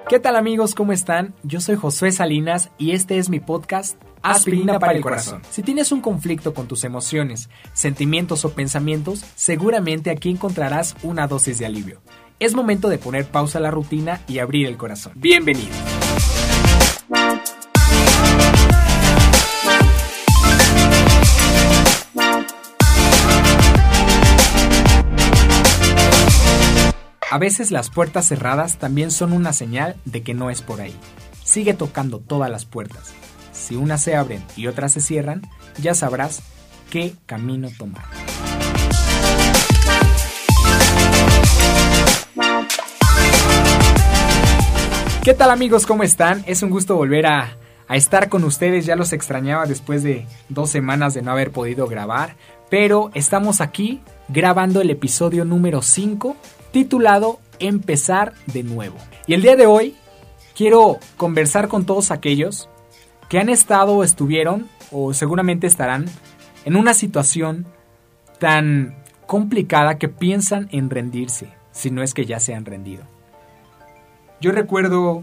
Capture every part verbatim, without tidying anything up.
¿Qué tal amigos? ¿Cómo están? Yo soy Josué Salinas y este es mi podcast Aspirina para el Corazón. Si tienes un conflicto con tus emociones, sentimientos o pensamientos, seguramente aquí encontrarás una dosis de alivio. Es momento de poner pausa a la rutina y abrir el corazón. ¡Bienvenido! A veces las puertas cerradas también son una señal de que no es por ahí. Sigue tocando todas las puertas. Si unas se abren y otras se cierran, ya sabrás qué camino tomar. ¿Qué tal amigos? ¿Cómo están? Es un gusto volver a, a estar con ustedes. Ya los extrañaba después de dos semanas de no haber podido grabar. Pero estamos aquí grabando el episodio número cinco, titulado Empezar de nuevo. Y el día de hoy quiero conversar con todos aquellos que han estado o estuvieron o seguramente estarán en una situación tan complicada que piensan en rendirse, si no es que ya se han rendido. Yo recuerdo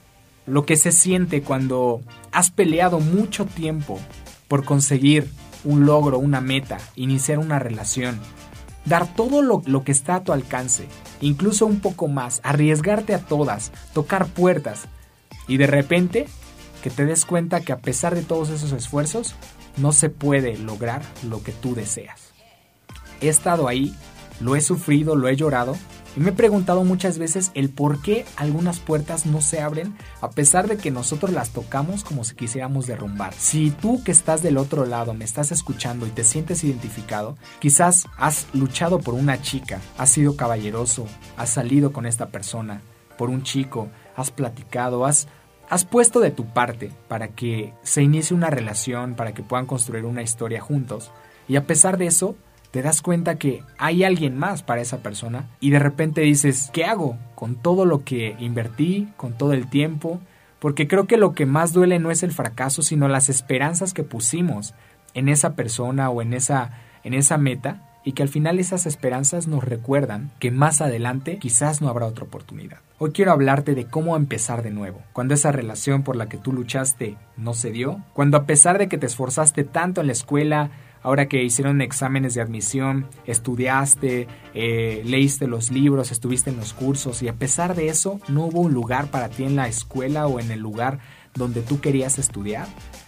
lo que se siente cuando has peleado mucho tiempo por conseguir un logro, una meta, iniciar una relación, dar todo lo, lo que está a tu alcance, incluso un poco más, arriesgarte a todas, tocar puertas y de repente que te des cuenta que a pesar de todos esos esfuerzos no se puede lograr lo que tú deseas. He estado ahí, lo he sufrido, lo he llorado y me he preguntado muchas veces el por qué algunas puertas no se abren a pesar de que nosotros las tocamos como si quisiéramos derrumbar. Si tú que estás del otro lado me estás escuchando y te sientes identificado, quizás has luchado por una chica, has sido caballeroso, has salido con esta persona, por un chico, has platicado, has, has puesto de tu parte para que se inicie una relación, para que puedan construir una historia juntos y a pesar de eso te das cuenta que hay alguien más para esa persona y de repente dices, ¿qué hago con todo lo que invertí, con todo el tiempo? Porque creo que lo que más duele no es el fracaso, sino las esperanzas que pusimos en esa persona o en esa, en esa meta y que al final esas esperanzas nos recuerdan que más adelante quizás no habrá otra oportunidad. Hoy quiero hablarte de cómo empezar de nuevo, cuando esa relación por la que tú luchaste no se dio, cuando a pesar de que te esforzaste tanto en la escuela, ahora que hicieron exámenes de admisión, estudiaste, eh, leíste los libros, estuviste en los cursos y a pesar de eso no hubo un lugar para ti en la escuela o en el lugar donde tú querías estudiar.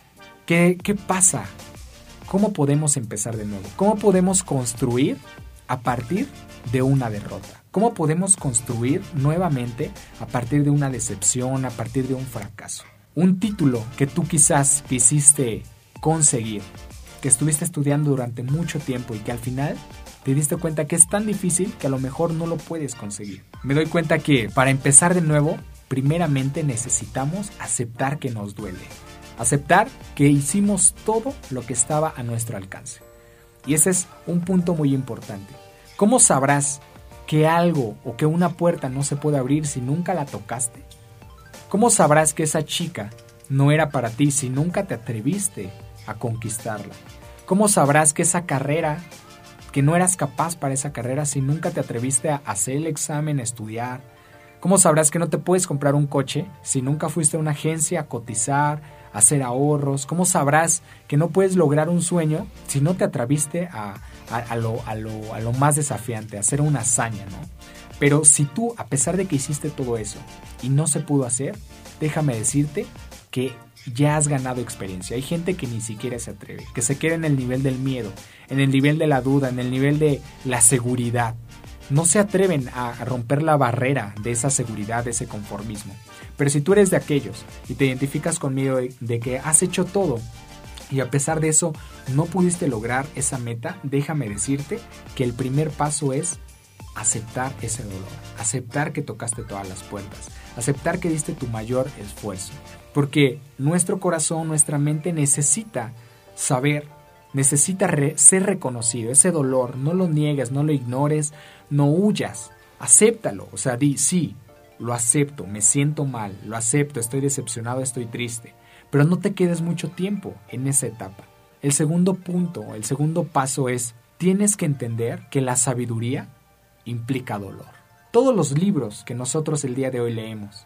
¿Qué, qué pasa? ¿Cómo podemos empezar de nuevo? ¿Cómo podemos construir a partir de una derrota? ¿Cómo podemos construir nuevamente a partir de una decepción, a partir de un fracaso? Un título que tú quizás quisiste conseguir, que estuviste estudiando durante mucho tiempo y que al final te diste cuenta que es tan difícil que a lo mejor no lo puedes conseguir. Me doy cuenta que para empezar de nuevo, primeramente necesitamos aceptar que nos duele. Aceptar que hicimos todo lo que estaba a nuestro alcance. Y ese es un punto muy importante. ¿Cómo sabrás que algo o que una puerta no se puede abrir si nunca la tocaste? ¿Cómo sabrás que esa chica no era para ti si nunca te atreviste a conquistarla? ¿Cómo sabrás que esa carrera, que no eras capaz para esa carrera si nunca te atreviste a hacer el examen, a estudiar? ¿Cómo sabrás que no te puedes comprar un coche si nunca fuiste a una agencia a cotizar, a hacer ahorros? ¿Cómo sabrás que no puedes lograr un sueño si no te atreviste a, a, a, lo, a, lo, a lo más desafiante, a hacer una hazaña, ¿no? Pero si tú, a pesar de que hiciste todo eso y no se pudo hacer, déjame decirte que ya has ganado experiencia. Hay gente que ni siquiera se atreve, que se queda en el nivel del miedo, en el nivel de la duda, en el nivel de la seguridad. No se atreven a romper la barrera de esa seguridad, de ese conformismo. Pero si tú eres de aquellos y te identificas conmigo de, de que has hecho todo y a pesar de eso no pudiste lograr esa meta, déjame decirte que el primer paso es aceptar ese dolor, aceptar que tocaste todas las puertas, aceptar que diste tu mayor esfuerzo. Porque nuestro corazón, nuestra mente necesita saber, necesita re- ser reconocido. Ese dolor, no lo niegues, no lo ignores, no huyas, acéptalo. O sea, di, sí, lo acepto, me siento mal, lo acepto, estoy decepcionado, estoy triste. Pero no te quedes mucho tiempo en esa etapa. El segundo punto, el segundo paso es, tienes que entender que la sabiduría implica dolor. Todos los libros que nosotros el día de hoy leemos,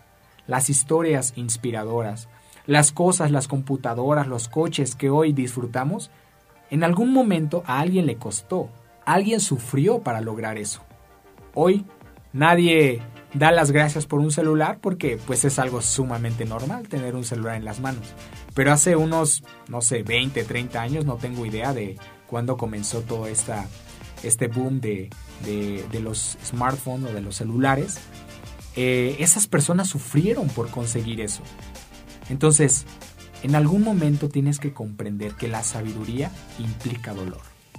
las historias inspiradoras, las cosas, las computadoras, los coches que hoy disfrutamos, en algún momento a alguien le costó, alguien sufrió para lograr eso. Hoy nadie da las gracias por un celular porque pues es algo sumamente normal tener un celular en las manos. Pero hace unos, no sé, veinte, treinta años, no tengo idea de cuándo comenzó todo esta, este boom de, de, de los smartphones o de los celulares. Eh, esas personas sufrieron por conseguir eso. Entonces, en algún momento tienes que comprender que la sabiduría implica dolor.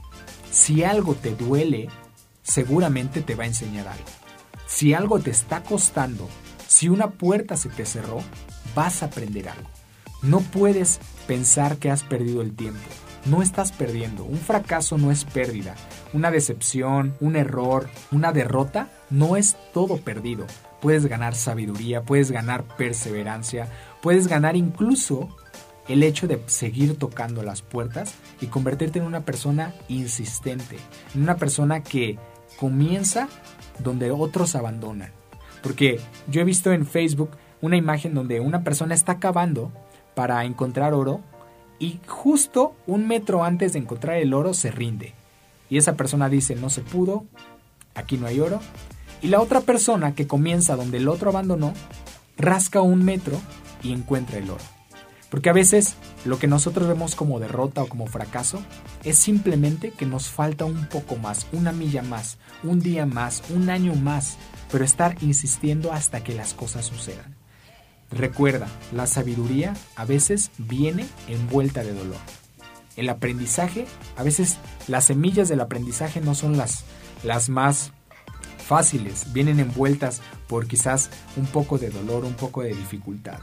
Si algo te duele, seguramente te va a enseñar algo. Si algo te está costando, si una puerta se te cerró, vas a aprender algo. No puedes pensar que has perdido el tiempo. No estás perdiendo. Un fracaso no es pérdida. Una decepción, un error, una derrota no es todo perdido. Puedes ganar sabiduría, puedes ganar perseverancia, puedes ganar incluso el hecho de seguir tocando las puertas y convertirte en una persona insistente, en una persona que comienza donde otros abandonan. Porque yo he visto en Facebook una imagen donde una persona está cavando para encontrar oro y justo un metro antes de encontrar el oro se rinde. Y esa persona dice, no se pudo, aquí no hay oro. Y la otra persona que comienza donde el otro abandonó, rasca un metro y encuentra el oro. Porque a veces lo que nosotros vemos como derrota o como fracaso es simplemente que nos falta un poco más, una milla más, un día más, un año más, pero estar insistiendo hasta que las cosas sucedan. Recuerda, la sabiduría a veces viene envuelta de dolor. El aprendizaje, a veces las semillas del aprendizaje no son las, las más fáciles, vienen envueltas por quizás un poco de dolor, un poco de dificultad.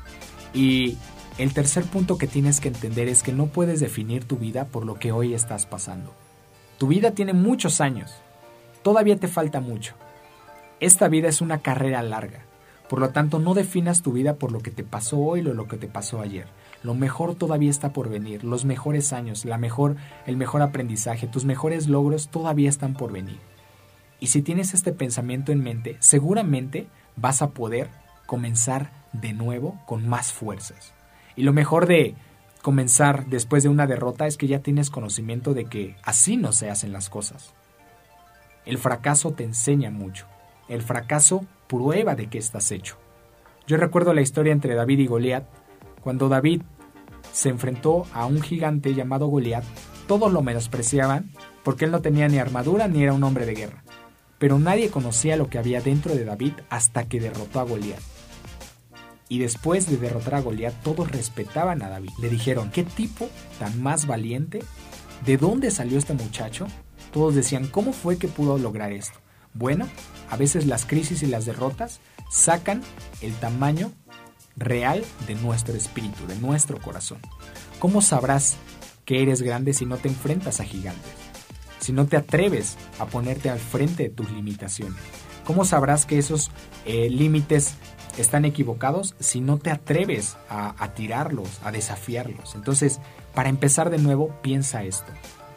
Y el tercer punto que tienes que entender es que no puedes definir tu vida por lo que hoy estás pasando. Tu vida tiene muchos años, todavía te falta mucho. Esta vida es una carrera larga, por lo tanto no definas tu vida por lo que te pasó hoy o lo que te pasó ayer. Lo mejor todavía está por venir, los mejores años, la mejor, el mejor aprendizaje, tus mejores logros todavía están por venir. Y si tienes este pensamiento en mente, seguramente vas a poder comenzar de nuevo con más fuerzas. Y lo mejor de comenzar después de una derrota es que ya tienes conocimiento de que así no se hacen las cosas. El fracaso te enseña mucho. El fracaso prueba de qué estás hecho. Yo recuerdo la historia entre David y Goliat. Cuando David se enfrentó a un gigante llamado Goliat, todos lo menospreciaban porque él no tenía ni armadura ni era un hombre de guerra. Pero nadie conocía lo que había dentro de David hasta que derrotó a Goliat. Y después de derrotar a Goliat, todos respetaban a David. Le dijeron, ¿qué tipo tan más valiente? ¿De dónde salió este muchacho? Todos decían, ¿cómo fue que pudo lograr esto? Bueno, a veces las crisis y las derrotas sacan el tamaño real de nuestro espíritu, de nuestro corazón. ¿Cómo sabrás que eres grande si no te enfrentas a gigantes? Si no te atreves a ponerte al frente de tus limitaciones. ¿Cómo sabrás que esos eh, límites están equivocados si no te atreves a, a tirarlos, a desafiarlos? Entonces, para empezar de nuevo, piensa esto.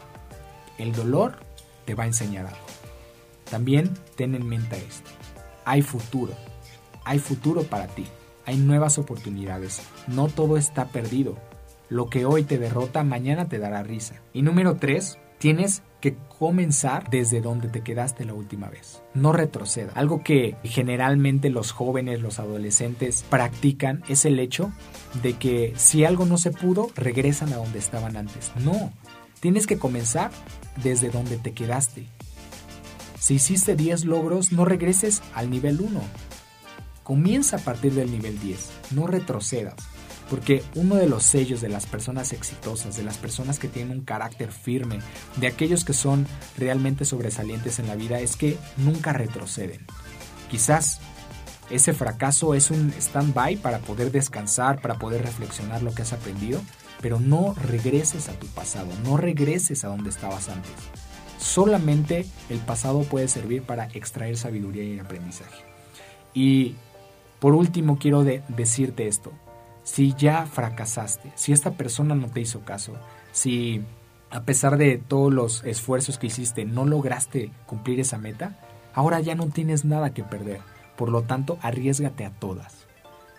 El dolor te va a enseñar algo. También ten en mente esto. Hay futuro. Hay futuro para ti. Hay nuevas oportunidades. No todo está perdido. Lo que hoy te derrota, mañana te dará risa. Y número tres, tienes que comenzar desde donde te quedaste la última vez. No retroceda. Algo que generalmente los jóvenes, los adolescentes practican es el hecho de que si algo no se pudo, regresan a donde estaban antes. No, tienes que comenzar desde donde te quedaste. Si hiciste diez logros, no regreses al nivel uno. Comienza a partir del nivel diez. No retrocedas. Porque uno de los sellos de las personas exitosas, de las personas que tienen un carácter firme, de aquellos que son realmente sobresalientes en la vida, es que nunca retroceden. Quizás ese fracaso es un stand-by para poder descansar, para poder reflexionar lo que has aprendido, pero no regreses a tu pasado, no regreses a donde estabas antes. Solamente el pasado puede servir para extraer sabiduría y aprendizaje. Y por último quiero de- decirte esto. Si ya fracasaste, si esta persona no te hizo caso, si a pesar de todos los esfuerzos que hiciste no lograste cumplir esa meta, ahora ya no tienes nada que perder. Por lo tanto, arriésgate a todas.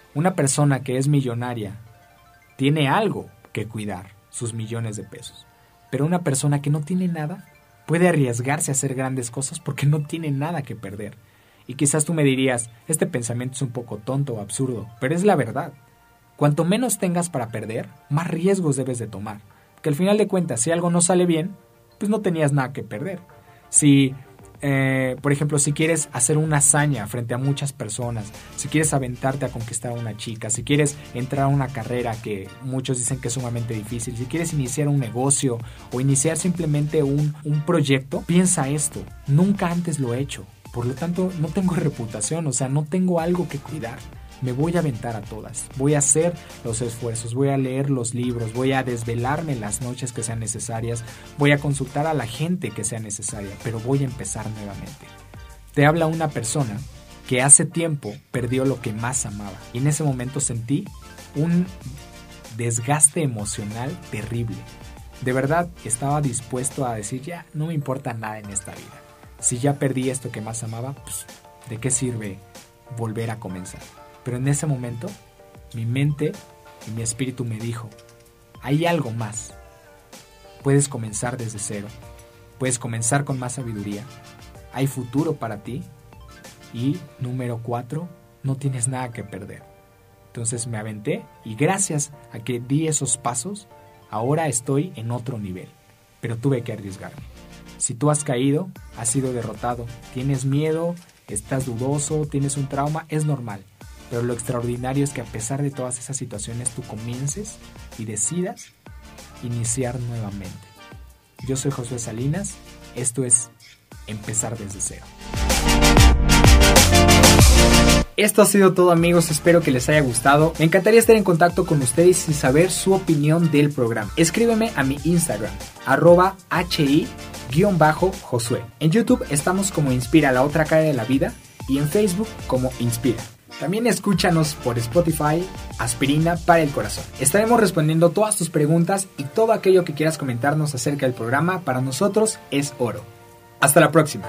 Una persona que es millonaria tiene algo que cuidar, sus millones de pesos. Pero una persona que no tiene nada puede arriesgarse a hacer grandes cosas porque no tiene nada que perder. Y quizás tú me dirías, este pensamiento es un poco tonto o absurdo, pero es la verdad. Cuanto menos tengas para perder, más riesgos debes de tomar. Que al final de cuentas, si algo no sale bien, pues no tenías nada que perder. Si, eh, por ejemplo, si quieres hacer una hazaña frente a muchas personas, si quieres aventarte a conquistar a una chica, si quieres entrar a una carrera que muchos dicen que es sumamente difícil, si quieres iniciar un negocio o iniciar simplemente un, un proyecto, piensa esto, nunca antes lo he hecho. Por lo tanto, no tengo reputación, o sea, no tengo algo que cuidar. Me voy a aventar a todas. Voy a hacer los esfuerzos, voy a leer los libros, voy a desvelarme las noches que sean necesarias, voy a consultar a la gente que sea necesaria, pero voy a empezar nuevamente. Te habla una persona que hace tiempo perdió lo que más amaba. Y en ese momento sentí un desgaste emocional terrible. De verdad, estaba dispuesto a decir, ya, no me importa nada en esta vida. Si ya perdí esto que más amaba, pues, ¿de qué sirve volver a comenzar? Pero en ese momento, mi mente y mi espíritu me dijo, hay algo más. Puedes comenzar desde cero. Puedes comenzar con más sabiduría. Hay futuro para ti. Y número cuatro, no tienes nada que perder. Entonces me aventé y gracias a que di esos pasos, ahora estoy en otro nivel. Pero tuve que arriesgarme. Si tú has caído, has sido derrotado, tienes miedo, estás dudoso, tienes un trauma, es normal. Pero lo extraordinario es que a pesar de todas esas situaciones, tú comiences y decidas iniciar nuevamente. Yo soy Josué Salinas, esto es Empezar desde cero. Esto ha sido todo, amigos, espero que les haya gustado. Me encantaría estar en contacto con ustedes y saber su opinión del programa. Escríbeme a mi Instagram, arroba hi guión bajo Josué. En YouTube estamos como Inspira, la otra cara de la vida, y en Facebook como Inspira. También escúchanos por Spotify, Aspirina para el Corazón. Estaremos respondiendo todas tus preguntas y todo aquello que quieras comentarnos acerca del programa, para nosotros es oro. Hasta la próxima.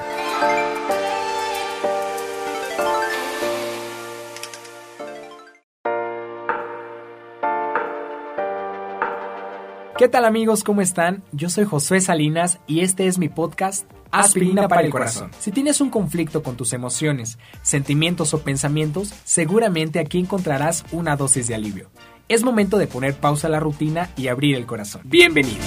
¿Qué tal, amigos? ¿Cómo están? Yo soy Josué Salinas y este es mi podcast Aspirina para el Corazón. Si tienes un conflicto con tus emociones, sentimientos o pensamientos, seguramente aquí encontrarás una dosis de alivio. Es momento de poner pausa a la rutina y abrir el corazón. Bienvenido.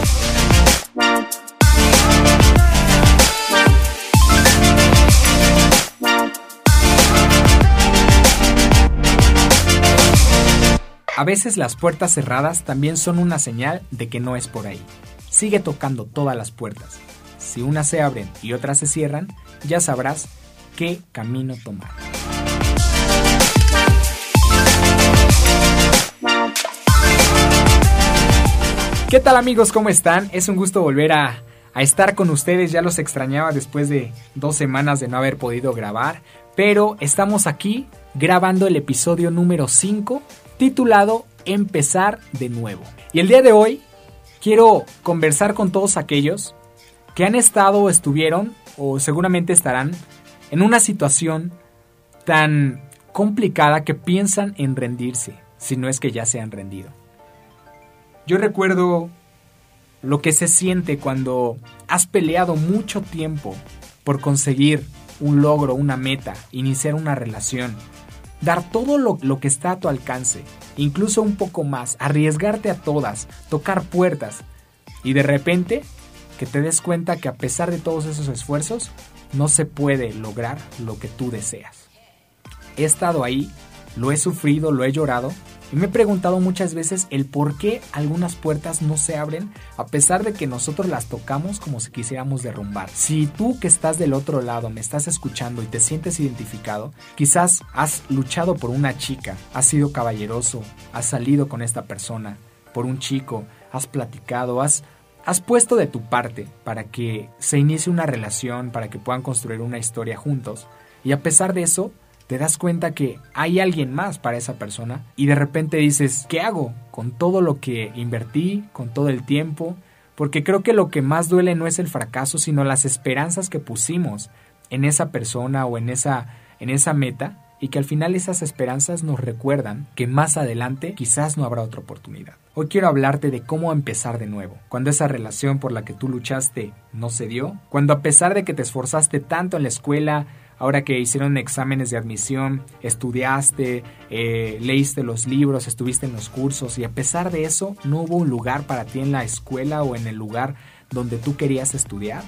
A veces las puertas cerradas también son una señal de que no es por ahí. Sigue tocando todas las puertas. Si unas se abren y otras se cierran, ya sabrás qué camino tomar. ¿Qué tal, amigos? ¿Cómo están? Es un gusto volver a, a estar con ustedes. Ya los extrañaba después de dos semanas de no haber podido grabar. Pero estamos aquí grabando el episodio número cinco, titulado Empezar de nuevo. Y el día de hoy quiero conversar con todos aquellos que han estado o estuvieron o seguramente estarán en una situación tan complicada que piensan en rendirse, si no es que ya se han rendido. Yo recuerdo lo que se siente cuando has peleado mucho tiempo por conseguir un logro, una meta, iniciar una relación, dar todo lo, lo que está a tu alcance, incluso un poco más, arriesgarte a todas, tocar puertas, y de repente que te des cuenta que a pesar de todos esos esfuerzos, no se puede lograr lo que tú deseas. He estado ahí, lo he sufrido, lo he llorado, y me he preguntado muchas veces el por qué algunas puertas no se abren a pesar de que nosotros las tocamos como si quisiéramos derrumbar. Si tú que estás del otro lado me estás escuchando y te sientes identificado, quizás has luchado por una chica, has sido caballeroso, has salido con esta persona, por un chico, has platicado, has, has puesto de tu parte para que se inicie una relación, para que puedan construir una historia juntos, y a pesar de eso, te das cuenta que hay alguien más para esa persona y de repente dices, ¿qué hago con todo lo que invertí, con todo el tiempo? Porque creo que lo que más duele no es el fracaso, sino las esperanzas que pusimos en esa persona o en esa, en esa meta, y que al final esas esperanzas nos recuerdan que más adelante quizás no habrá otra oportunidad. Hoy quiero hablarte de cómo empezar de nuevo, cuando esa relación por la que tú luchaste no se dio, cuando a pesar de que te esforzaste tanto en la escuela, ahora que hicieron exámenes de admisión, estudiaste, eh, leíste los libros, estuviste en los cursos y a pesar de eso no hubo un lugar para ti en la escuela o en el lugar donde tú querías estudiar.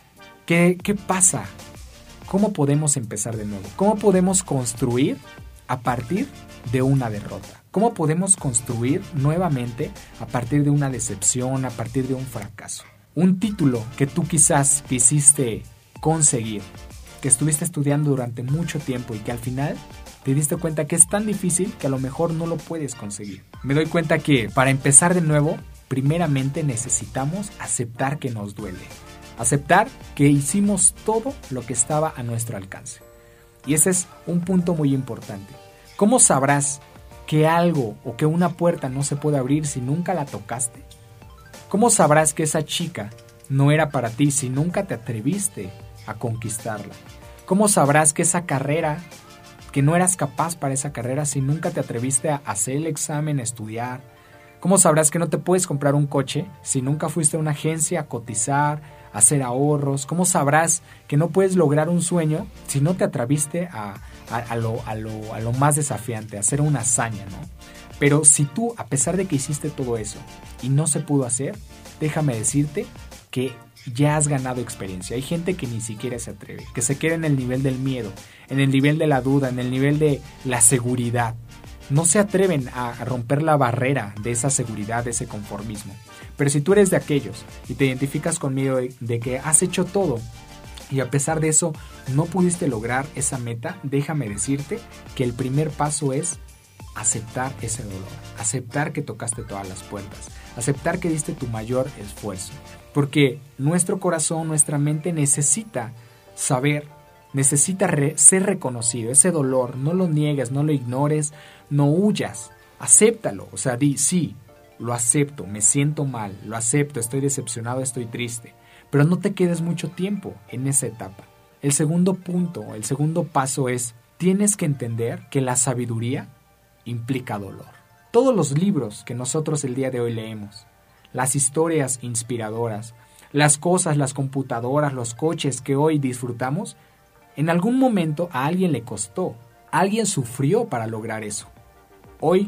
¿Qué, qué pasa? ¿Cómo podemos empezar de nuevo? ¿Cómo podemos construir a partir de una derrota? ¿Cómo podemos construir nuevamente a partir de una decepción, a partir de un fracaso? Un título que tú quizás quisiste conseguir, que estuviste estudiando durante mucho tiempo y que al final te diste cuenta que es tan difícil que a lo mejor no lo puedes conseguir. Me doy cuenta que para empezar de nuevo, primeramente necesitamos aceptar que nos duele. Aceptar que hicimos todo lo que estaba a nuestro alcance. Y ese es un punto muy importante. ¿Cómo sabrás que algo o que una puerta no se puede abrir si nunca la tocaste? ¿Cómo sabrás que esa chica no era para ti si nunca te atreviste a conquistarla? ¿Cómo sabrás que esa carrera, que no eras capaz para esa carrera si nunca te atreviste a hacer el examen, a estudiar? ¿Cómo sabrás que no te puedes comprar un coche si nunca fuiste a una agencia a cotizar, a hacer ahorros? ¿Cómo sabrás que no puedes lograr un sueño si no te atreviste a, a, a, lo, a, lo, a lo más desafiante, a hacer una hazaña, ¿no? Pero si tú, a pesar de que hiciste todo eso y no se pudo hacer, déjame decirte que ya has ganado experiencia. Hay gente que ni siquiera se atreve, que se queda en el nivel del miedo, en el nivel de la duda, en el nivel de la seguridad. No se atreven a romper la barrera de esa seguridad, de ese conformismo. Pero si tú eres de aquellos y te identificas conmigo de, de que has hecho todo y a pesar de eso no pudiste lograr esa meta, déjame decirte que el primer paso es aceptar ese dolor, aceptar que tocaste todas las puertas, aceptar que diste tu mayor esfuerzo. Porque nuestro corazón, nuestra mente necesita saber, necesita re- ser reconocido. Ese dolor, no lo niegues, no lo ignores, no huyas, acéptalo. O sea, di, sí, lo acepto, me siento mal, lo acepto, estoy decepcionado, estoy triste. Pero no te quedes mucho tiempo en esa etapa. El segundo punto, el segundo paso es, tienes que entender que la sabiduría implica dolor. Todos los libros que nosotros el día de hoy leemos, las historias inspiradoras, las cosas, las computadoras, los coches que hoy disfrutamos, en algún momento a alguien le costó, alguien sufrió para lograr eso. Hoy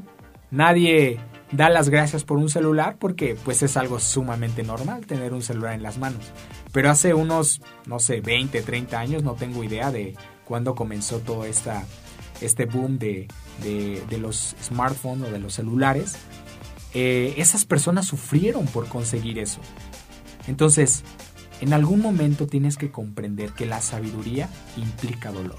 nadie da las gracias por un celular porque pues es algo sumamente normal tener un celular en las manos. Pero hace unos, no sé, veinte, treinta años, no tengo idea de cuándo comenzó todo esta, este boom de, de, de los smartphones o de los celulares. Eh, esas personas sufrieron por conseguir eso. Entonces, en algún momento tienes que comprender que la sabiduría implica dolor.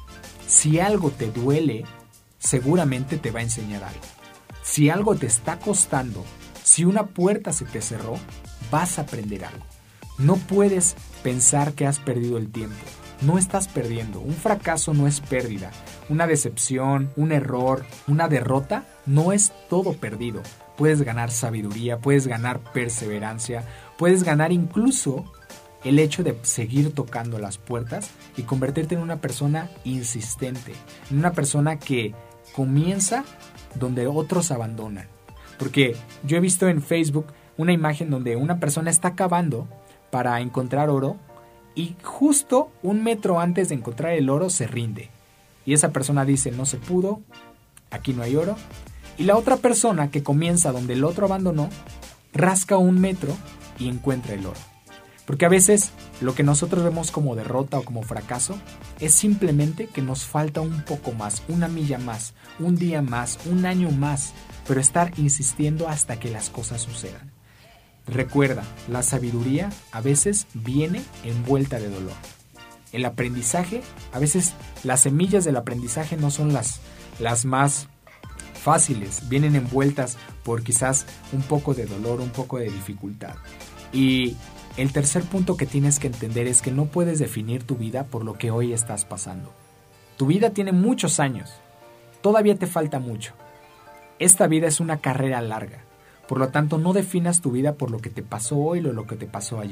Si algo te duele, seguramente te va a enseñar algo. Si algo te está costando, si una puerta se te cerró, vas a aprender algo. No puedes pensar que has perdido el tiempo. No estás perdiendo. Un fracaso no es pérdida. Una decepción, un error, una derrota no es todo perdido. Puedes ganar sabiduría, puedes ganar perseverancia, puedes ganar incluso el hecho de seguir tocando las puertas y convertirte en una persona insistente, en una persona que comienza donde otros abandonan. Porque yo he visto en Facebook una imagen donde una persona está cavando para encontrar oro y justo un metro antes de encontrar el oro se rinde. Y esa persona dice, no se pudo, aquí no hay oro. Y la otra persona que comienza donde el otro abandonó, rasca un metro y encuentra el oro. Porque a veces lo que nosotros vemos como derrota o como fracaso es simplemente que nos falta un poco más, una milla más, un día más, un año más, pero estar insistiendo hasta que las cosas sucedan. Recuerda, la sabiduría a veces viene envuelta de dolor. El aprendizaje, a veces las semillas del aprendizaje no son las, las más fáciles, vienen envueltas por quizás un poco de dolor, un poco de dificultad. Y el tercer punto que tienes que entender es que no puedes definir tu vida por lo que hoy estás pasando. Tu vida tiene muchos años, todavía te falta mucho. Esta vida es una carrera larga, por lo tanto no definas tu vida por lo que te pasó hoy o lo que te pasó ayer.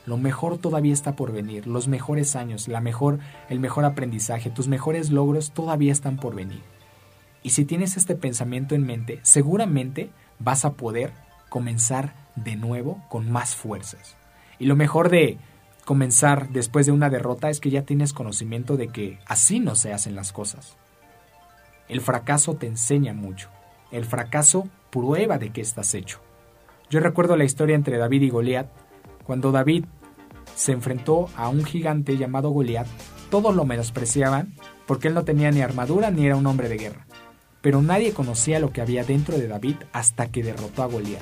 Lo mejor todavía está por venir, los mejores años, la mejor, el mejor aprendizaje, tus mejores logros todavía están por venir. Y si tienes este pensamiento en mente, seguramente vas a poder comenzar de nuevo con más fuerzas. Y lo mejor de comenzar después de una derrota es que ya tienes conocimiento de que así no se hacen las cosas. El fracaso te enseña mucho. El fracaso prueba de qué estás hecho. Yo recuerdo la historia entre David y Goliat. Cuando David se enfrentó a un gigante llamado Goliat, todos lo menospreciaban porque él no tenía ni armadura ni era un hombre de guerra. Pero nadie conocía lo que había dentro de David hasta que derrotó a Goliat.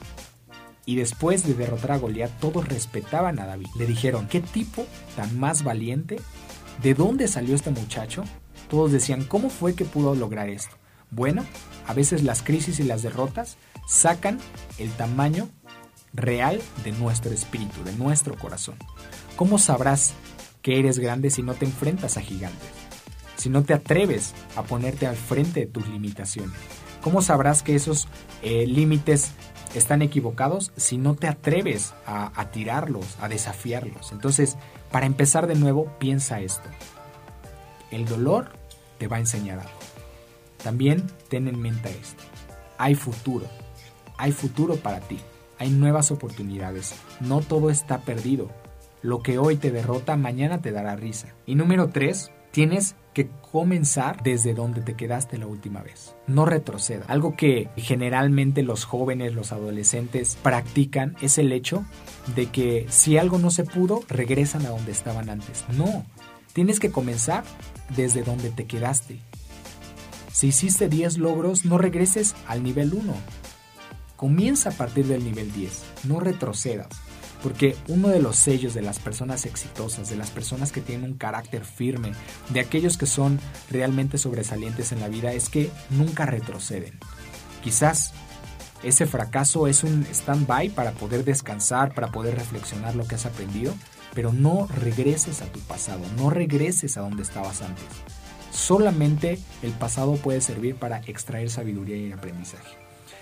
Y después de derrotar a Goliat, todos respetaban a David. Le dijeron, ¿qué tipo tan más valiente? ¿De dónde salió este muchacho? Todos decían, ¿cómo fue que pudo lograr esto? Bueno, a veces las crisis y las derrotas sacan el tamaño real de nuestro espíritu, de nuestro corazón. ¿Cómo sabrás que eres grande si no te enfrentas a gigantes? Si no te atreves a ponerte al frente de tus limitaciones. ¿Cómo sabrás que esos eh, límites están equivocados si no te atreves a, a tirarlos, a desafiarlos? Entonces, para empezar de nuevo, piensa esto. El dolor te va a enseñar algo. También ten en mente esto. Hay futuro. Hay futuro para ti. Hay nuevas oportunidades. No todo está perdido. Lo que hoy te derrota, mañana te dará risa. Y número tres, tienes que comenzar desde donde te quedaste la última vez. No retroceda. Algo que generalmente los jóvenes, los adolescentes practican es el hecho de que si algo no se pudo, regresan a donde estaban antes. No, tienes que comenzar desde donde te quedaste. Si hiciste diez logros, no regreses al nivel uno. Comienza a partir del nivel diez. No retrocedas. Porque uno de los sellos de las personas exitosas, de las personas que tienen un carácter firme, de aquellos que son realmente sobresalientes en la vida, es que nunca retroceden. Quizás ese fracaso es un stand-by para poder descansar, para poder reflexionar lo que has aprendido, pero no regreses a tu pasado, no regreses a donde estabas antes. Solamente el pasado puede servir para extraer sabiduría y aprendizaje.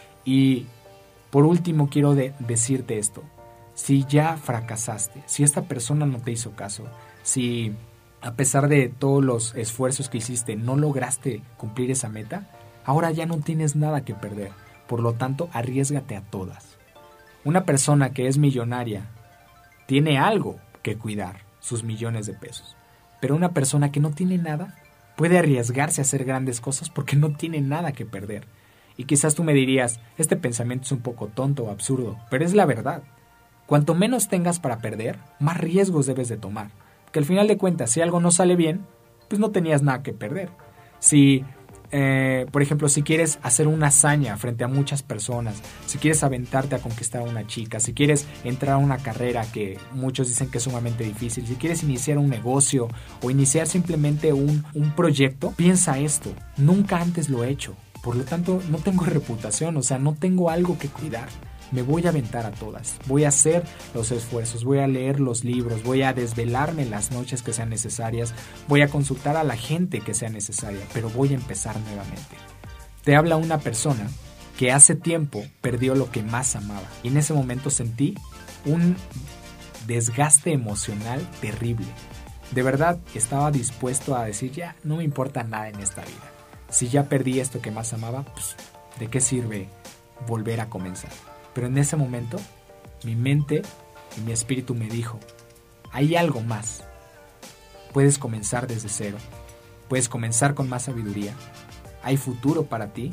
Y por último quiero de- decirte esto. Si ya fracasaste, si esta persona no te hizo caso, si a pesar de todos los esfuerzos que hiciste no lograste cumplir esa meta, ahora ya no tienes nada que perder. Por lo tanto, arriésgate a todas. Una persona que es millonaria tiene algo que cuidar, sus millones de pesos. Pero una persona que no tiene nada puede arriesgarse a hacer grandes cosas porque no tiene nada que perder. Y quizás tú me dirías, este pensamiento es un poco tonto o absurdo, pero es la verdad. Cuanto menos tengas para perder, más riesgos debes de tomar. Porque al final de cuentas, si algo no sale bien, pues no tenías nada que perder. Si, eh, por ejemplo, si quieres hacer una hazaña frente a muchas personas, si quieres aventarte a conquistar a una chica, si quieres entrar a una carrera que muchos dicen que es sumamente difícil, si quieres iniciar un negocio o iniciar simplemente un, un proyecto, piensa esto, nunca antes lo he hecho. Por lo tanto, no tengo reputación, o sea, no tengo algo que cuidar. Me voy a aventar a todas, voy a hacer los esfuerzos, voy a leer los libros, voy a desvelarme las noches que sean necesarias, voy a consultar a la gente que sea necesaria, pero voy a empezar nuevamente. Te habla una persona que hace tiempo perdió lo que más amaba y en ese momento sentí un desgaste emocional terrible. De verdad estaba dispuesto a decir ya no me importa nada en esta vida. Si ya perdí esto que más amaba, pues ¿de qué sirve volver a comenzar? Pero en ese momento, mi mente y mi espíritu me dijo, hay algo más. Puedes comenzar desde cero. Puedes comenzar con más sabiduría. Hay futuro para ti.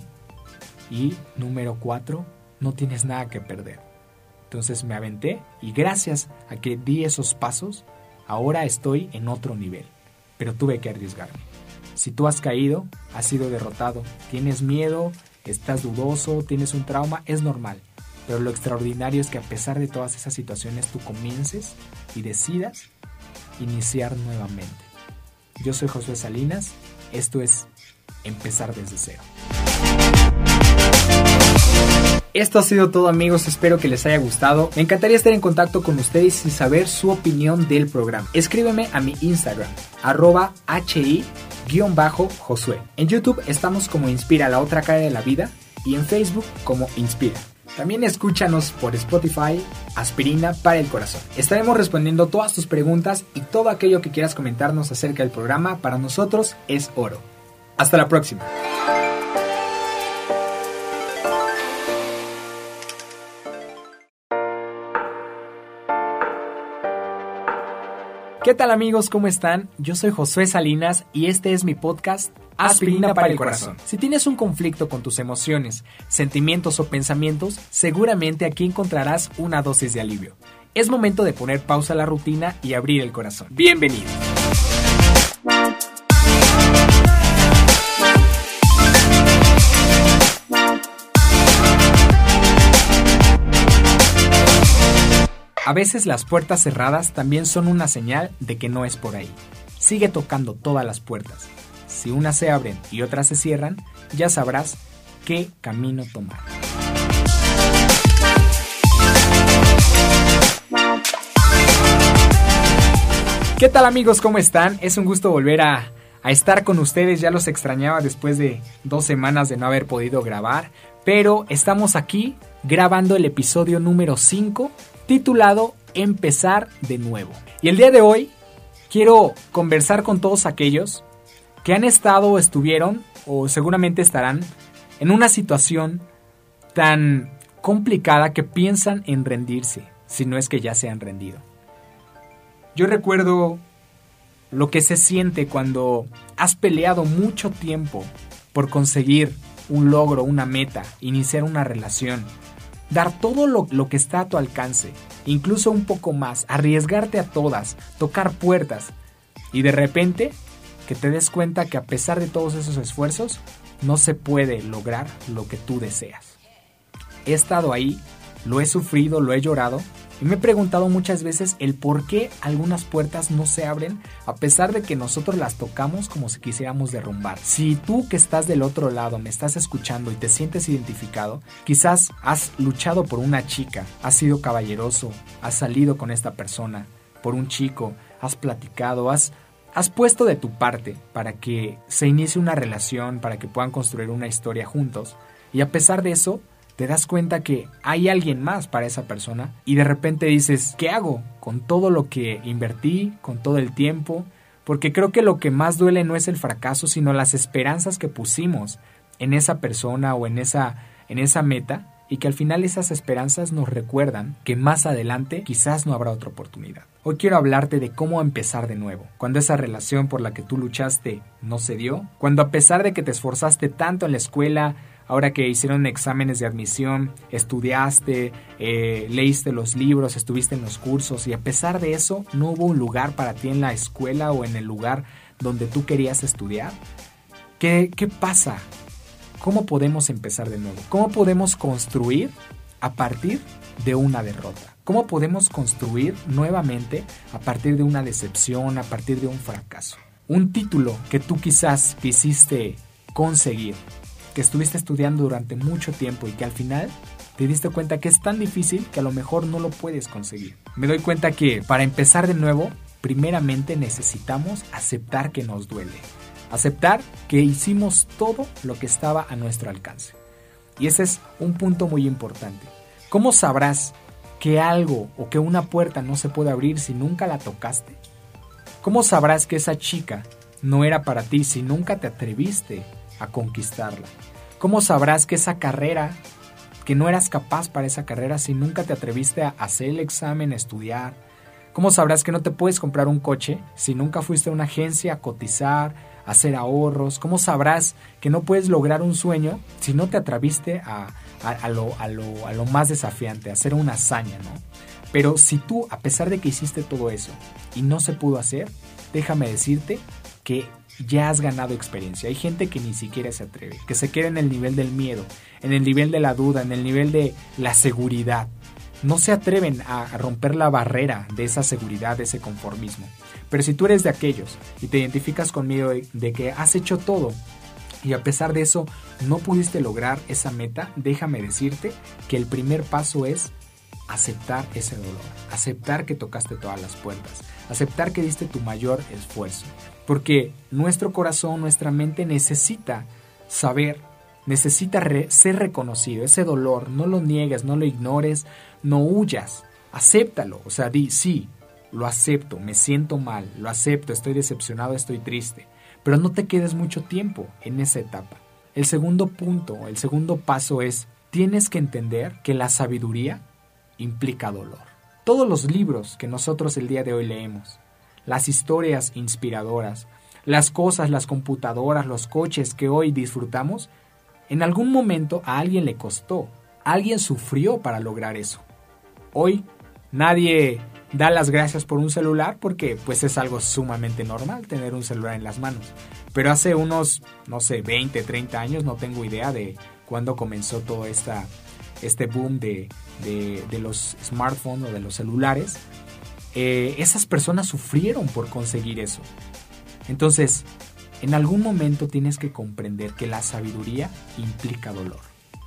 Y número cuatro, no tienes nada que perder. Entonces me aventé y gracias a que di esos pasos, ahora estoy en otro nivel. Pero tuve que arriesgarme. Si tú has caído, has sido derrotado, tienes miedo, estás dudoso, tienes un trauma, es normal. Pero lo extraordinario es que a pesar de todas esas situaciones tú comiences y decidas iniciar nuevamente. Yo soy Josué Salinas, esto es Empezar desde cero. Esto ha sido todo, amigos, espero que les haya gustado. Me encantaría estar en contacto con ustedes y saber su opinión del programa. Escríbeme a mi Instagram, arroba hi guión bajo Josué. En YouTube estamos como Inspira, la otra cara de la vida, y en Facebook como Inspira. También escúchanos por Spotify, Aspirina para el Corazón. Estaremos respondiendo todas tus preguntas y todo aquello que quieras comentarnos acerca del programa. Para nosotros es oro. Hasta la próxima. ¿Qué tal amigos? ¿Cómo están? Yo soy Josué Salinas y este es mi podcast Aspirina para el Corazón. Si tienes un conflicto con tus emociones, sentimientos o pensamientos, seguramente aquí encontrarás una dosis de alivio. Es momento de poner pausa a la rutina y abrir el corazón. Bienvenido. A veces las puertas cerradas también son una señal de que no es por ahí. Sigue tocando todas las puertas. Si unas se abren y otras se cierran, ya sabrás qué camino tomar. ¿Qué tal amigos? ¿Cómo están? Es un gusto volver a, a estar con ustedes. Ya los extrañaba después de dos semanas de no haber podido grabar. Pero estamos aquí grabando el episodio número cinco, titulado Empezar de nuevo. Y el día de hoy quiero conversar con todos aquellos que han estado o estuvieron o seguramente estarán en una situación tan complicada que piensan en rendirse, si no es que ya se han rendido. Yo recuerdo lo que se siente cuando has peleado mucho tiempo por conseguir un logro, una meta, iniciar una relación, dar todo lo, lo que está a tu alcance, incluso un poco más, arriesgarte a todas, tocar puertas y de repente que te des cuenta que a pesar de todos esos esfuerzos no se puede lograr lo que tú deseas. He estado ahí, lo he sufrido, lo he llorado y me he preguntado muchas veces el por qué algunas puertas no se abren a pesar de que nosotros las tocamos como si quisiéramos derrumbar. Si tú que estás del otro lado me estás escuchando y te sientes identificado, quizás has luchado por una chica, has sido caballeroso, has salido con esta persona, por un chico, has platicado, has, has puesto de tu parte para que se inicie una relación, para que puedan construir una historia juntos y a pesar de eso te das cuenta que hay alguien más para esa persona y de repente dices, ¿qué hago con todo lo que invertí, con todo el tiempo? Porque creo que lo que más duele no es el fracaso, sino las esperanzas que pusimos en esa persona o en esa, en esa meta y que al final esas esperanzas nos recuerdan que más adelante quizás no habrá otra oportunidad. Hoy quiero hablarte de cómo empezar de nuevo, cuando esa relación por la que tú luchaste no se dio, cuando a pesar de que te esforzaste tanto en la escuela, ahora que hicieron exámenes de admisión, estudiaste, eh, leíste los libros, estuviste en los cursos y a pesar de eso no hubo un lugar para ti en la escuela o en el lugar donde tú querías estudiar. ¿Qué, qué pasa? ¿Cómo podemos empezar de nuevo? ¿Cómo podemos construir a partir de una derrota? ¿Cómo podemos construir nuevamente a partir de una decepción, a partir de un fracaso? Un título que tú quizás quisiste conseguir, que estuviste estudiando durante mucho tiempo y que al final te diste cuenta que es tan difícil que a lo mejor no lo puedes conseguir. Me doy cuenta que para empezar de nuevo, primeramente necesitamos aceptar que nos duele. Aceptar que hicimos todo lo que estaba a nuestro alcance. Y ese es un punto muy importante. ¿Cómo sabrás que algo o que una puerta no se puede abrir si nunca la tocaste? ¿Cómo sabrás que esa chica no era para ti si nunca te atreviste a conquistarla? ¿Cómo sabrás que esa carrera, que no eras capaz para esa carrera si nunca te atreviste a hacer el examen, a estudiar? ¿Cómo sabrás que no te puedes comprar un coche si nunca fuiste a una agencia a cotizar, a hacer ahorros? ¿Cómo sabrás que no puedes lograr un sueño si no te atreviste a, a, a, lo, a, lo, a lo más desafiante, a hacer una hazaña, ¿no? Pero si tú, a pesar de que hiciste todo eso y no se pudo hacer, déjame decirte que ya has ganado experiencia. Hay gente que ni siquiera se atreve, que se queda en el nivel del miedo, en el nivel de la duda, en el nivel de la seguridad. No se atreven a romper la barrera de esa seguridad, de ese conformismo. Pero si tú eres de aquellos y te identificas conmigo de, de que has hecho todo y a pesar de eso no pudiste lograr esa meta, déjame decirte que el primer paso es aceptar ese dolor, aceptar que tocaste todas las puertas, aceptar que diste tu mayor esfuerzo. Porque nuestro corazón, nuestra mente necesita saber necesita re- ser reconocido. Ese dolor, no lo niegues, no lo ignores, no huyas, acéptalo. O sea, di, sí, lo acepto, me siento mal, lo acepto, estoy decepcionado, estoy triste. Pero no te quedes mucho tiempo en esa etapa. El segundo punto, el segundo paso es, tienes que entender que la sabiduría implica dolor. Todos los libros que nosotros el día de hoy leemos, las historias inspiradoras, las cosas, las computadoras, los coches que hoy disfrutamos, en algún momento a alguien le costó, alguien sufrió para lograr eso. Hoy nadie da las gracias por un celular porque pues es algo sumamente normal tener un celular en las manos. Pero hace unos, no sé, veinte, treinta años, no tengo idea de cuándo comenzó todo esta, este boom de, de, de los smartphones o de los celulares. Eh, esas personas sufrieron por conseguir eso. Entonces, en algún momento tienes que comprender que la sabiduría implica dolor.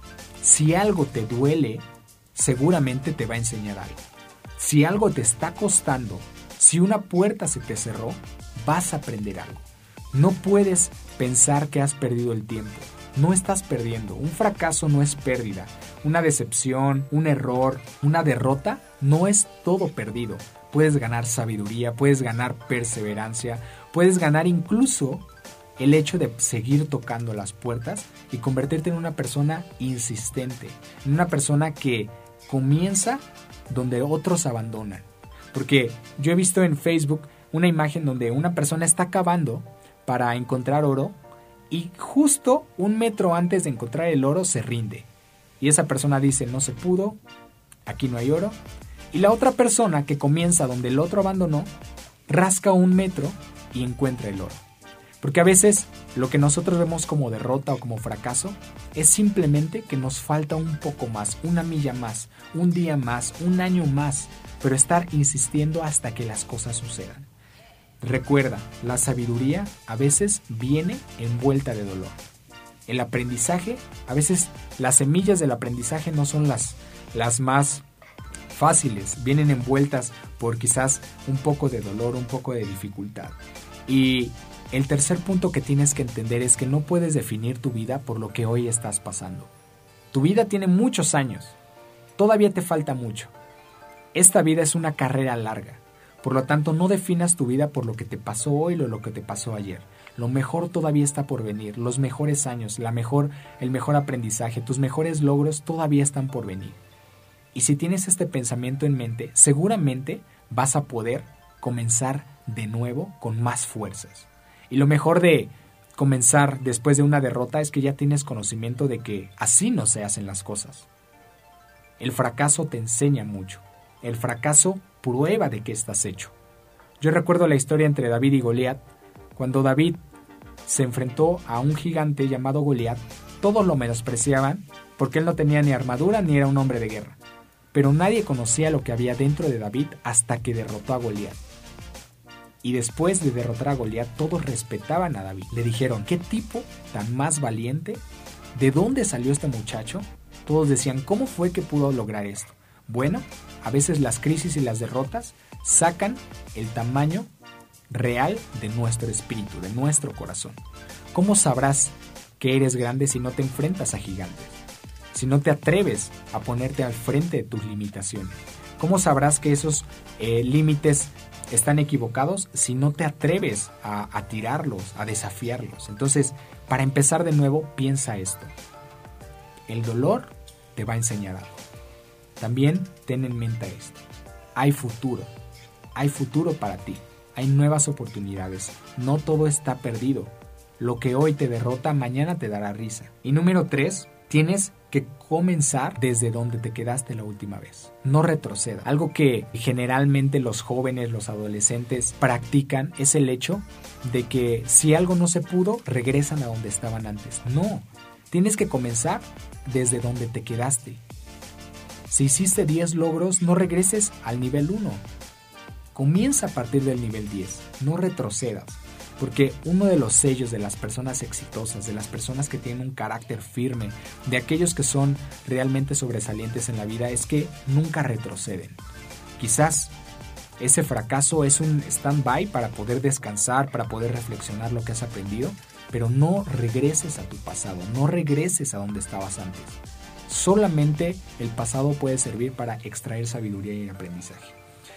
Si algo te duele, seguramente te va a enseñar algo. Si algo te está costando, si una puerta se te cerró, vas a aprender algo. No puedes pensar que has perdido el tiempo. No estás perdiendo. Un fracaso no es pérdida. Una decepción, un error, una derrota no es todo perdido. Puedes ganar sabiduría, puedes ganar perseverancia, puedes ganar incluso el hecho de seguir tocando las puertas y convertirte en una persona insistente, en una persona que comienza donde otros abandonan. Porque yo he visto en Facebook una imagen donde una persona está cavando para encontrar oro y justo un metro antes de encontrar el oro se rinde. Y esa persona dice, no se pudo, aquí no hay oro. Y la otra persona que comienza donde el otro abandonó, rasca un metro y encuentra el oro. Porque a veces lo que nosotros vemos como derrota o como fracaso es simplemente que nos falta un poco más, una milla más, un día más, un año más, pero estar insistiendo hasta que las cosas sucedan. Recuerda, la sabiduría a veces viene envuelta de dolor. El aprendizaje, a veces las semillas del aprendizaje no son las, las más fáciles, vienen envueltas por quizás un poco de dolor, un poco de dificultad. Y el tercer punto que tienes que entender es que no puedes definir tu vida por lo que hoy estás pasando. Tu vida tiene muchos años, todavía te falta mucho. Esta vida es una carrera larga, por lo tanto no definas tu vida por lo que te pasó hoy o lo que te pasó ayer. Lo mejor todavía está por venir, los mejores años, la mejor, el mejor aprendizaje, tus mejores logros todavía están por venir. Y si tienes este pensamiento en mente, seguramente vas a poder comenzar de nuevo con más fuerzas. Y lo mejor de comenzar después de una derrota es que ya tienes conocimiento de que así no se hacen las cosas. El fracaso te enseña mucho. El fracaso prueba de qué estás hecho. Yo recuerdo la historia entre David y Goliat. Cuando David se enfrentó a un gigante llamado Goliat, todos lo menospreciaban porque él no tenía ni armadura ni era un hombre de guerra. Pero nadie conocía lo que había dentro de David hasta que derrotó a Goliat. Y después de derrotar a Goliat, todos respetaban a David. Le dijeron, ¿qué tipo tan más valiente? ¿De dónde salió este muchacho? Todos decían, ¿cómo fue que pudo lograr esto? Bueno, a veces las crisis y las derrotas sacan el tamaño real de nuestro espíritu, de nuestro corazón. ¿Cómo sabrás que eres grande si no te enfrentas a gigantes? Si no te atreves a ponerte al frente de tus limitaciones. ¿Cómo sabrás que esos eh, límites están equivocados si no te atreves a, a tirarlos, a desafiarlos? Entonces, para empezar de nuevo, piensa esto. El dolor te va a enseñar algo. También ten en mente esto. Hay futuro. Hay futuro para ti. Hay nuevas oportunidades. No todo está perdido. Lo que hoy te derrota, mañana te dará risa. Y número tres, tienes que comenzar desde donde te quedaste la última vez. No retroceda. Algo que generalmente los jóvenes, los adolescentes practican es el hecho de que si algo no se pudo, regresan a donde estaban antes. No, tienes que comenzar desde donde te quedaste. Si hiciste diez logros, no regreses al nivel uno. Comienza a partir del nivel diez. No retrocedas. Porque uno de los sellos de las personas exitosas, de las personas que tienen un carácter firme, de aquellos que son realmente sobresalientes en la vida, es que nunca retroceden. Quizás ese fracaso es un stand-by para poder descansar, para poder reflexionar lo que has aprendido, pero no regreses a tu pasado, no regreses a donde estabas antes. Solamente el pasado puede servir para extraer sabiduría y aprendizaje.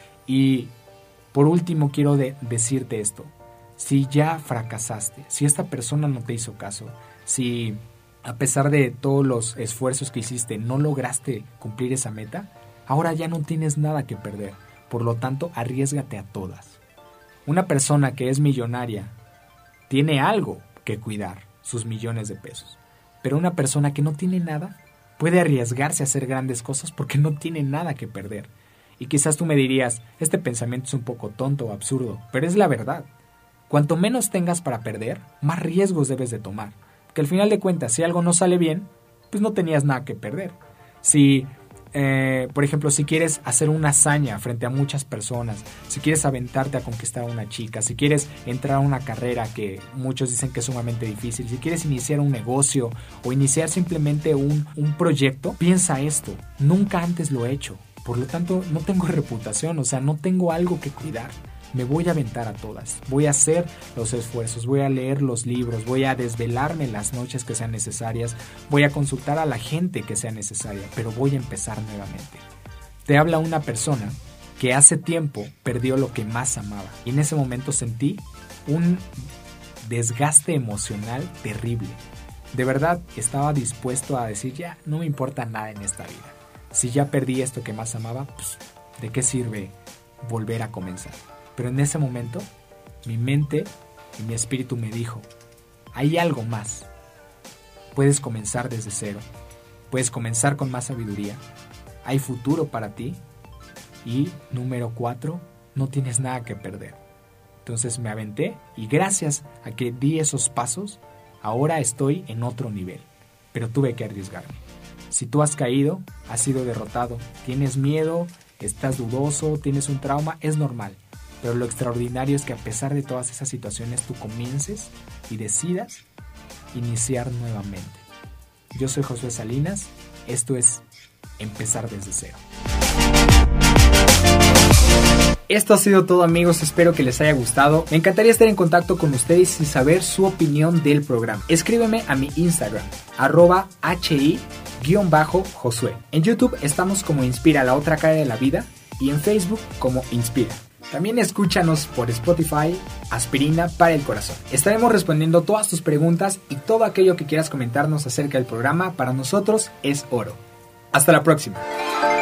Y por último quiero de- decirte esto. Si ya fracasaste, si esta persona no te hizo caso, si a pesar de todos los esfuerzos que hiciste no lograste cumplir esa meta, ahora ya no tienes nada que perder. Por lo tanto, arriésgate a todas. Una persona que es millonaria tiene algo que cuidar, sus millones de pesos. Pero una persona que no tiene nada puede arriesgarse a hacer grandes cosas porque no tiene nada que perder. Y quizás tú me dirías, este pensamiento es un poco tonto o absurdo, pero es la verdad. Cuanto menos tengas para perder, más riesgos debes de tomar. Que al final de cuentas, si algo no sale bien, pues no tenías nada que perder. Si, eh, por ejemplo, si quieres hacer una hazaña frente a muchas personas, si quieres aventarte a conquistar a una chica, si quieres entrar a una carrera que muchos dicen que es sumamente difícil, si quieres iniciar un negocio o iniciar simplemente un, un proyecto, piensa esto, nunca antes lo he hecho. Por lo tanto, no tengo reputación, o sea, no tengo algo que cuidar. Me voy a aventar a todas, voy a hacer los esfuerzos, voy a leer los libros, voy a desvelarme las noches que sean necesarias, voy a consultar a la gente que sea necesaria, pero voy a empezar nuevamente. Te habla una persona que hace tiempo perdió lo que más amaba y en ese momento sentí un desgaste emocional terrible. De verdad estaba dispuesto a decir ya, no me importa nada en esta vida. Si ya perdí esto que más amaba, pues ¿de qué sirve volver a comenzar? Pero en ese momento, mi mente y mi espíritu me dijo, hay algo más. Puedes comenzar desde cero. Puedes comenzar con más sabiduría. Hay futuro para ti. Y número cuatro, no tienes nada que perder. Entonces me aventé y gracias a que di esos pasos, ahora estoy en otro nivel. Pero tuve que arriesgarme. Si tú has caído, has sido derrotado, tienes miedo, estás dudoso, tienes un trauma, es normal. Pero lo extraordinario es que a pesar de todas esas situaciones tú comiences y decidas iniciar nuevamente. Yo soy Josué Salinas, esto es Empezar desde cero. Esto ha sido todo, amigos, espero que les haya gustado. Me encantaría estar en contacto con ustedes y saber su opinión del programa. Escríbeme a mi Instagram, arroba hi guión bajo Josué. En YouTube estamos como Inspira, la otra cara de la vida, y en Facebook como Inspira. También escúchanos por Spotify, Aspirina para el Corazón. Estaremos respondiendo todas tus preguntas y todo aquello que quieras comentarnos acerca del programa. Para nosotros es oro. Hasta la próxima.